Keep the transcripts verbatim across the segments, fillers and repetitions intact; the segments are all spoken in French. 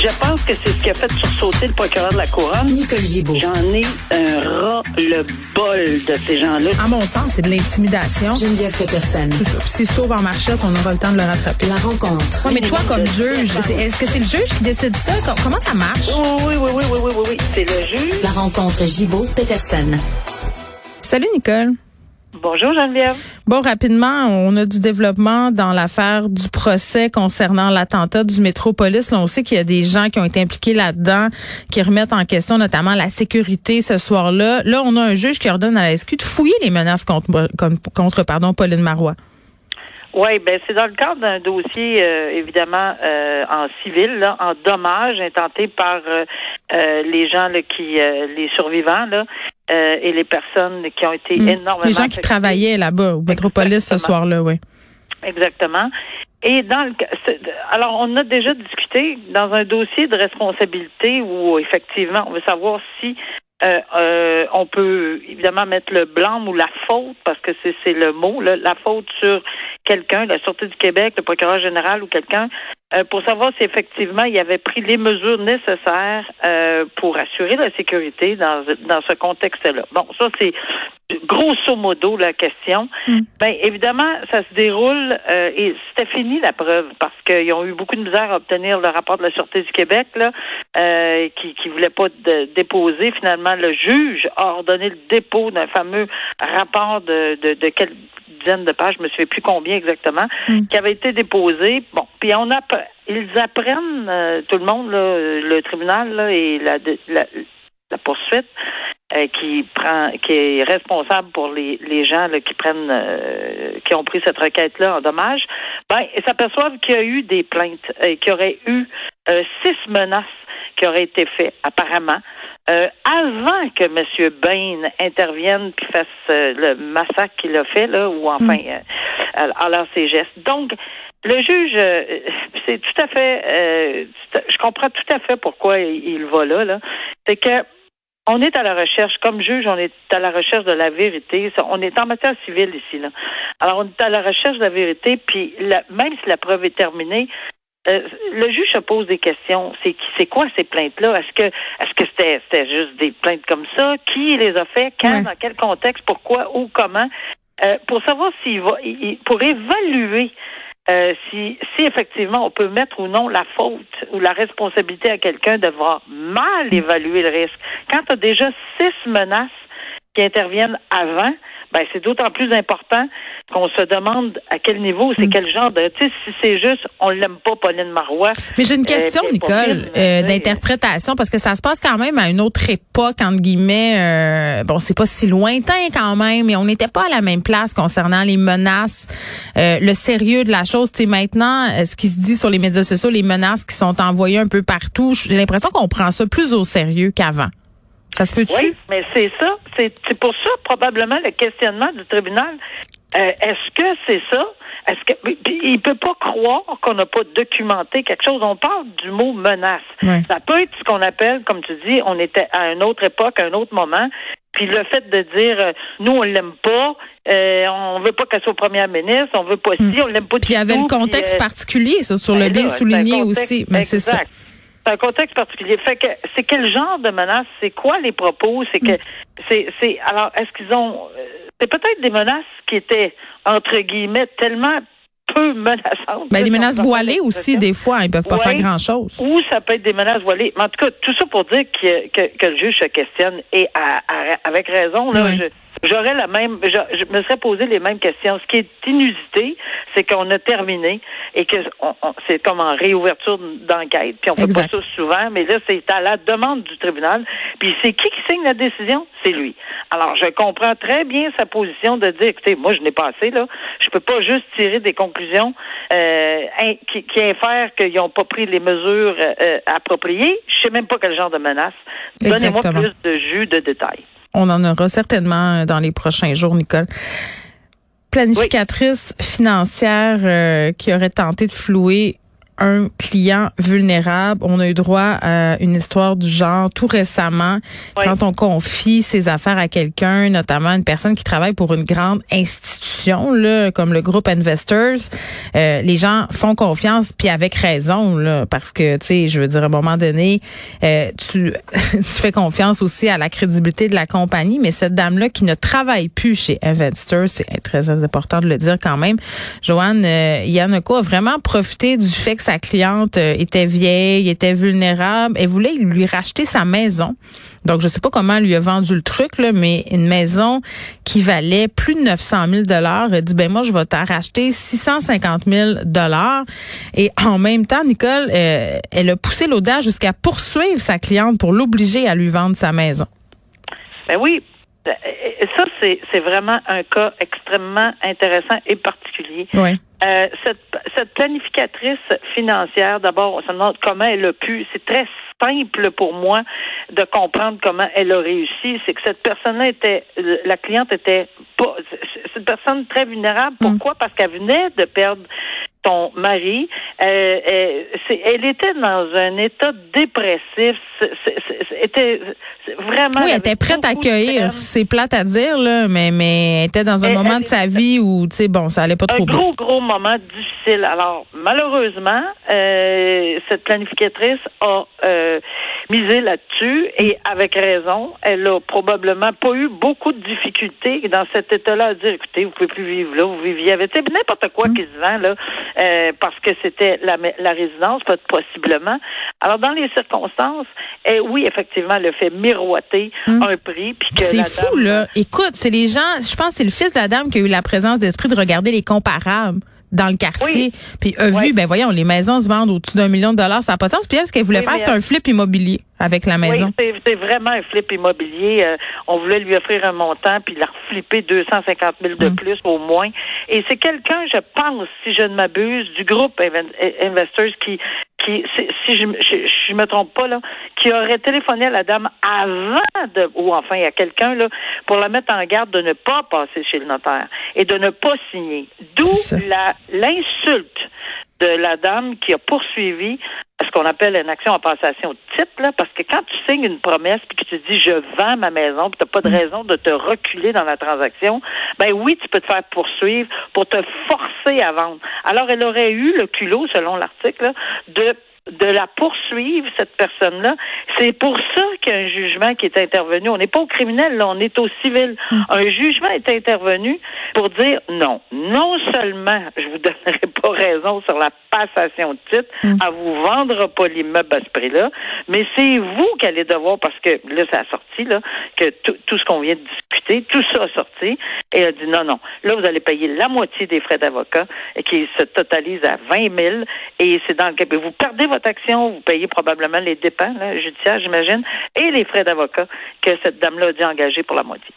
Je pense que c'est ce qui a fait sursauter le procureur de la Couronne. Nicole Gibault. J'en ai un ras-le-bol de ces gens-là. À mon sens, c'est de l'intimidation. Geneviève Peterson. C'est ça. Puis c'est sauve en marchette, on aura le temps de le rattraper. La rencontre. Ouais, mais toi, comme juge, c'est, est-ce que c'est le juge qui décide ça? Comment ça marche? Oui, oui, oui, oui, oui, oui, oui. C'est le juge. La rencontre Gibault-Peterson. Salut, Nicole. Bonjour Geneviève. Bon, rapidement, on a du développement dans l'affaire du procès concernant l'attentat du Métropolis. Là, on sait qu'il y a des gens qui ont été impliqués là-dedans, qui remettent en question notamment la sécurité ce soir-là. Là, on a un juge qui ordonne à la S Q de fouiller les menaces contre, contre pardon, Pauline Marois. Oui, ben c'est dans le cadre d'un dossier, euh, évidemment, euh, en civil, là, en dommages intentés par euh, euh, les gens là, qui, euh, les survivants, là, euh, et les personnes qui ont été mmh. énormément... Les gens qui travaillaient là-bas, au Métropolis ce soir-là, oui. Exactement. Et dans le alors, on a déjà discuté dans un dossier de responsabilité où, effectivement, on veut savoir si Euh, euh, on peut évidemment mettre le blâme ou la faute, parce que c'est, c'est le mot, là, la faute sur quelqu'un, la Sûreté du Québec, le procureur général ou quelqu'un, euh, pour savoir si effectivement il avait pris les mesures nécessaires euh, pour assurer la sécurité dans, dans ce contexte-là. Bon, ça c'est grosso modo la question. Mm. Bien, évidemment, ça se déroule euh, et c'était fini la preuve parce qu'ils ont eu beaucoup de misère à obtenir le rapport de la Sûreté du Québec, là, euh, qui qui voulait pas de, déposer. Finalement, le juge a ordonné le dépôt d'un fameux rapport de de, de quelle dizaine de pages, je me souviens plus combien exactement, mm. qui avait été déposé. Bon, puis on a ils apprennent euh, tout le monde, là, le tribunal là, et la, la la poursuite. Euh, qui prend, qui est responsable pour les, les gens là, qui prennent, euh, qui ont pris cette requête-là en dommage, ben, ils s'aperçoivent qu'il y a eu des plaintes, euh, qu'il y aurait eu euh, six menaces qui auraient été faites, apparemment, euh, avant que M. Bain intervienne puis fasse euh, le massacre qu'il a fait, là, ou enfin, euh, alors ses gestes. Donc, le juge, euh, c'est tout à fait, euh, je comprends tout à fait pourquoi il, il va là, là. C'est que on est à la recherche, comme juge, on est à la recherche de la vérité. On est en matière civile ici, là. Alors, on est à la recherche de la vérité, puis la, même si la preuve est terminée, euh, le juge se pose des questions. C'est c'est quoi ces plaintes-là? Est-ce que est-ce que c'était c'était juste des plaintes comme ça? Qui les a fait? Quand? Ouais. Dans quel contexte? Pourquoi? Où? Comment? Euh, pour savoir s'il va, il, pour évaluer Euh, si, si effectivement on peut mettre ou non la faute ou la responsabilité à quelqu'un d'avoir mal évalué le risque. Quand tu as déjà six menaces qui interviennent avant, ben c'est d'autant plus important qu'on se demande à quel niveau, c'est quel genre de... Tu sais, si c'est juste, on l'aime pas, Pauline Marois. Mais j'ai une question, euh, Nicole, euh, d'interprétation, parce que ça se passe quand même à une autre époque, entre guillemets. Euh, bon, c'est pas si lointain quand même, mais on n'était pas à la même place concernant les menaces, euh, le sérieux de la chose. Tu sais, maintenant, ce qui se dit sur les médias sociaux, les menaces qui sont envoyées un peu partout, j'ai l'impression qu'on prend ça plus au sérieux qu'avant. Ça se peut-tu? Oui, mais c'est ça. C'est, c'est pour ça, probablement, le questionnement du tribunal. Euh, est-ce que c'est ça? Est-ce que il peut pas croire qu'on n'a pas documenté quelque chose? On parle du mot menace. Oui. Ça peut être ce qu'on appelle, comme tu dis, on était à une autre époque, à un autre moment. Puis le fait de dire, euh, nous, on l'aime pas, euh, on veut pas qu'elle soit première ministre, on veut pas ci, on l'aime pas du tout. Puis il y avait le contexte puis, euh, particulier, ça, sur ben le bien souligné aussi. Mais c'est ça. C'est un contexte particulier. Fait que c'est quel genre de menace? C'est quoi les propos? C'est que c'est c'est alors est-ce qu'ils ont c'est peut-être des menaces qui étaient entre guillemets tellement peu menaçantes. Ben, des menaces voilées aussi, des fois, ils peuvent pas ouais, faire grand-chose. Ou ça peut être des menaces voilées. Mais en tout cas, tout ça pour dire que, que, que le juge se questionne et à, à, avec raison, là, ouais. je, J'aurais la même, je, je me serais posé les mêmes questions. Ce qui est inusité, c'est qu'on a terminé et que on, on, c'est comme en réouverture d'enquête. Puis on fait exact. Pas ça souvent, mais là c'est à la demande du tribunal. Puis c'est qui qui signe la décision? C'est lui. Alors je comprends très bien sa position de dire, écoutez, moi je n'ai pas assez là, je peux pas juste tirer des conclusions euh, qui, qui infèrent qu'ils n'ont pas pris les mesures euh, appropriées. Je sais même pas quel genre de menace. Donnez-moi plus de jus, de détails. On en aura certainement dans les prochains jours, Nicole. Planificatrice oui. financière euh, qui aurait tenté de flouer un client vulnérable. On a eu droit à une histoire du genre tout récemment, oui. Quand on confie ses affaires à quelqu'un, notamment une personne qui travaille pour une grande institution, là, comme le groupe Investors, euh, les gens font confiance, puis avec raison, là, parce que, tu sais, je veux dire, à un moment donné, euh, tu, tu fais confiance aussi à la crédibilité de la compagnie, mais cette dame-là qui ne travaille plus chez Investors, c'est très important de le dire quand même, Joanne euh, Iannico a vraiment profité du fait que sa cliente euh, était vieille, était vulnérable, elle voulait lui racheter sa maison. Donc, je sais pas comment elle lui a vendu le truc, là, mais une maison qui valait plus de neuf cent mille dollars. Elle dit, ben moi, je vais t'en racheter six cent cinquante mille dollars. Et en même temps, Nicole, euh, elle a poussé l'audace jusqu'à poursuivre sa cliente pour l'obliger à lui vendre sa maison. Ben oui. Ça, c'est, c'est vraiment un cas extrêmement intéressant et particulier. Oui. Euh, cette, cette planificatrice financière, d'abord, on se demande comment elle a pu. C'est très simple pour moi de comprendre comment elle a réussi. C'est que cette personne-là était, la cliente était pas, c'est une personne très vulnérable. Pourquoi? Mm. Parce qu'elle venait de perdre son mari. Euh, elle, c'est, elle était dans un état dépressif. C'est, c'est, c'est, était vraiment. Oui, elle était prête à accueillir. C'est plate à dire, là, mais, mais elle était dans un elle, moment elle, de sa vie où, tu sais, bon, ça allait pas trop bien. Un gros, gros moment difficile. Alors, malheureusement, euh, cette planificatrice a euh, misé là-dessus et avec raison. Elle a probablement pas eu beaucoup de difficultés dans cet état-là à dire, écoutez, vous pouvez plus vivre là, vous viviez avec n'importe quoi mm. qui se vend, là. Euh, parce que c'était la, la résidence, possiblement. Alors, dans les circonstances, eh, oui, effectivement, elle a fait miroiter hum. un prix. Puis que c'est la fou, dame, là. Écoute, c'est les gens, je pense que c'est le fils de la dame qui a eu la présence d'esprit de regarder les comparables dans le quartier. Oui. Puis a oui. vu, ben voyons, les maisons se vendent au-dessus d'un million de dollars, ça n'a pas de sens. Puis elle, ce qu'elle voulait oui, faire, c'était un flip immobilier avec la maison. Oui, c'est, c'est vraiment un flip immobilier. Euh, on voulait lui offrir un montant, puis la reflipper deux cent cinquante mille de hum. plus au moins. Et c'est quelqu'un, je pense, si je ne m'abuse, du groupe Investors qui, qui, si je, je, je me trompe pas là, qui aurait téléphoné à la dame avant de, ou enfin à quelqu'un là, pour la mettre en garde de ne pas passer chez le notaire et de ne pas signer. D'où la l'insulte de la dame qui a poursuivi ce qu'on appelle une action en passation de titre, là, parce que quand tu signes une promesse puis que tu dis je vends ma maison, puis tu n'as pas de raison de te reculer dans la transaction, ben oui, tu peux te faire poursuivre pour te forcer à vendre. Alors, elle aurait eu le culot, selon l'article, là, de de la poursuivre, cette personne-là. C'est pour ça qu'il y a un jugement qui est intervenu. On n'est pas au criminel, là, on est au civil. Mmh. Un jugement est intervenu pour dire non. Non seulement je vous donnerai pas raison sur la passation de titre, mmh. elle vous vendra pas l'immeuble à ce prix-là, mais c'est vous qui allez devoir, parce que là, ça a sorti, là, que tout, tout ce qu'on vient de discuter, tout ça a sorti, et elle a dit non, non. Là, vous allez payer la moitié des frais d'avocat, qui se totalisent à vingt mille, et c'est dans le vous perdez votre action, vous payez probablement les dépenses là, judiciaires, j'imagine, et les frais d'avocat que cette dame-là a dû engager pour la moitié.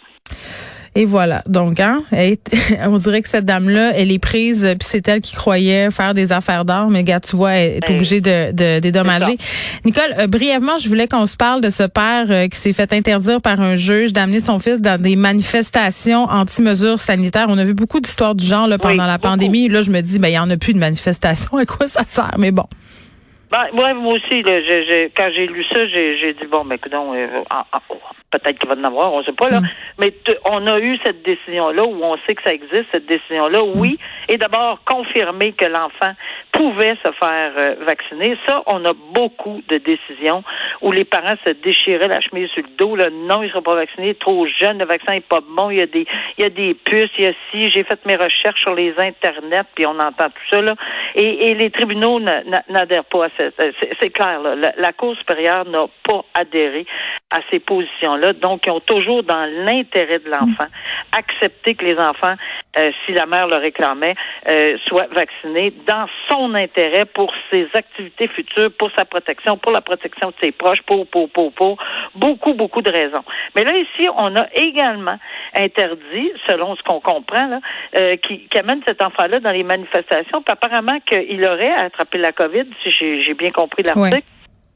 Et voilà. Donc, hein, elle, on dirait que cette dame-là, elle est prise, puis c'est elle qui croyait faire des affaires d'or, mais gars, tu vois, elle est ben, obligée de, de dédommager. Nicole, euh, brièvement, je voulais qu'on se parle de ce père euh, qui s'est fait interdire par un juge d'amener son fils dans des manifestations anti-mesures sanitaires. On a vu beaucoup d'histoires du genre là, pendant oui, la beaucoup. pandémie. Là, je me dis, ben, il y en a plus de manifestations. À quoi ça sert? Mais bon. Ben, ouais, moi aussi, là, j'ai, j'ai, quand j'ai lu ça, j'ai, j'ai dit, bon, mais écoute, euh, peut-être qu'il va en avoir, on sait pas, là. Mm. Mais t- on a eu cette décision-là où on sait que ça existe, cette décision-là, oui. Mm. Et d'abord, confirmer que l'enfant pouvait se faire euh, vacciner. Ça, on a beaucoup de décisions où les parents se déchiraient la chemise sur le dos, là. Non, il ne sera pas vacciné, trop jeune, le vaccin n'est pas bon, il y a des, il y a des puces, il y a ci, j'ai fait mes recherches sur les internets, puis on entend tout ça, là. Et, et les tribunaux n'a, n'adhèrent pas à cette, c'est, c'est clair, là. La, la Cour supérieure n'a pas adhéré à ces positions-là. Donc, ils ont toujours, dans l'intérêt de l'enfant, accepté que les enfants, euh, si la mère le réclamait, euh, soient vaccinés dans son intérêt pour ses activités futures, pour sa protection, pour la protection de ses proches, pour, pour, pour, pour beaucoup, beaucoup de raisons. Mais là, ici, on a également interdit, selon ce qu'on comprend, là, euh, qui, qui amène cet enfant-là dans les manifestations, puis apparemment qu'il aurait attrapé la COVID, si j'ai, j'ai bien compris l'article. Ouais.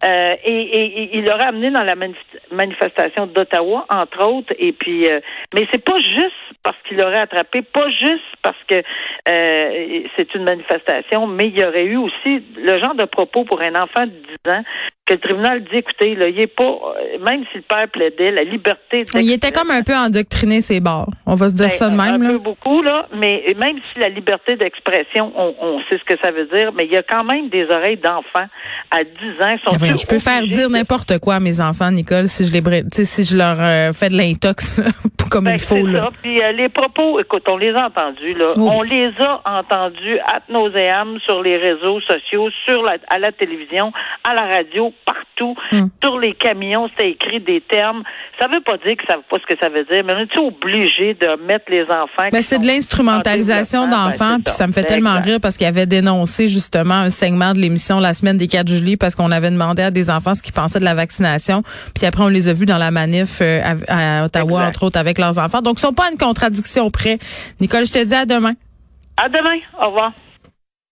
Euh, et, et, et il l'aurait amené dans la manif- manifestation d'Ottawa, entre autres. Et puis, euh, mais c'est pas juste parce qu'il l'aurait attrapé, pas juste parce que euh, c'est une manifestation, mais il y aurait eu aussi le genre de propos pour un enfant de dix ans que le tribunal dit, écoutez, là, il est pas, même si le père plaidait, la liberté d'expression. Il était comme un peu endoctriné, ses bords. On va se dire ben, ça de même. Un là. peu beaucoup, là, mais même si la liberté d'expression, on, on sait ce que ça veut dire, mais il y a quand même des oreilles d'enfants à dix ans. Sont Enfin, je peux faire dire de... n'importe quoi à mes enfants, Nicole, si je les, si je leur euh, fais de l'intox comme ben, il faut. C'est là. ça. Puis euh, les propos, écoute, on les a entendus, là. Oh. On les a entendus ad nauseam sur les réseaux sociaux, sur la, à la télévision, à la radio, partout. Hum. Sur les camions, c'était écrit des termes. Ça veut pas dire que ça veut pas ce que ça veut dire, mais on est obligé de mettre les enfants. Ben, c'est de l'instrumentalisation d'enfants, puis ça me fait exact. Tellement rire parce qu'il avait dénoncé justement un segment de l'émission la semaine des quatre juillet parce qu'on avait demandé à des enfants ce qu'ils pensaient de la vaccination, puis après on les a vus dans la manif euh, à, à Ottawa, exact. Entre autres avec leurs enfants. Donc ils sont pas à une contradiction près. Nicole, je te dis à demain. À demain. Au revoir.